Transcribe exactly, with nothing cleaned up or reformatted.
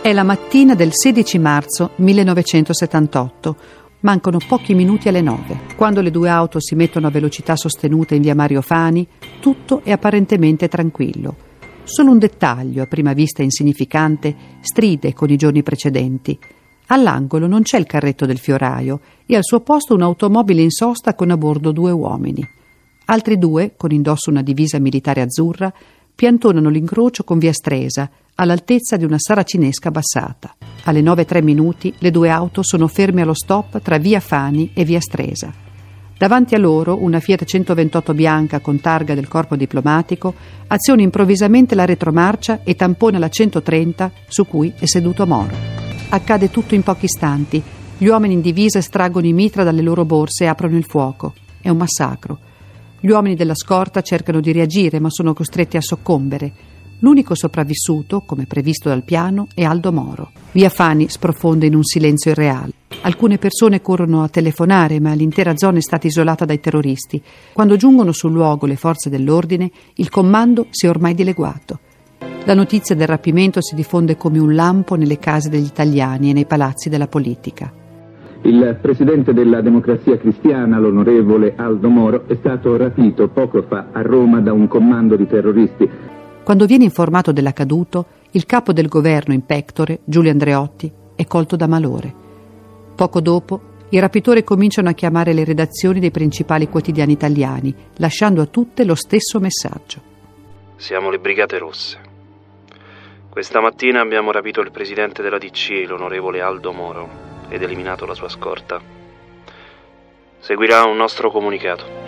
È la mattina del sedici marzo millenovecentosettantotto. Mancano pochi minuti alle nove. Quando le due auto si mettono a velocità sostenuta in via Mario Fani, tutto è apparentemente tranquillo. Solo un dettaglio, a prima vista insignificante, stride con i giorni precedenti. All'angolo non c'è il carretto del fioraio e al suo posto un'automobile in sosta con a bordo due uomini. Altri due, con indosso una divisa militare azzurra, piantonano l'incrocio con via Stresa, all'altezza di una saracinesca bassata. Alle nove e tre minuti le due auto sono ferme allo stop tra via Fani e via Stresa. Davanti a loro una Fiat centoventotto bianca con targa del corpo diplomatico aziona improvvisamente la retromarcia e tampona la centotrenta su cui è seduto Moro. Accade tutto in pochi istanti. Gli uomini in divisa estraggono i mitra dalle loro borse e aprono il fuoco. È un massacro. Gli uomini della scorta cercano di reagire ma sono costretti a soccombere. L'unico sopravvissuto, come previsto dal piano, è Aldo Moro. Via Fani sprofonda in un silenzio irreale. Alcune persone corrono a telefonare, ma l'intera zona è stata isolata dai terroristi. Quando giungono sul luogo le forze dell'ordine, il comando si è ormai dileguato. La notizia del rapimento si diffonde come un lampo nelle case degli italiani e nei palazzi della politica. Il presidente della Democrazia Cristiana, l'onorevole Aldo Moro, è stato rapito poco fa a Roma da un comando di terroristi. Quando viene informato dell'accaduto, il capo del governo in pectore, Giulio Andreotti, è colto da malore. Poco dopo, i rapitori cominciano a chiamare le redazioni dei principali quotidiani italiani, lasciando a tutte lo stesso messaggio. Siamo le Brigate Rosse. Questa mattina abbiamo rapito il presidente della D C, l'onorevole Aldo Moro, ed eliminato la sua scorta. Seguirà un nostro comunicato.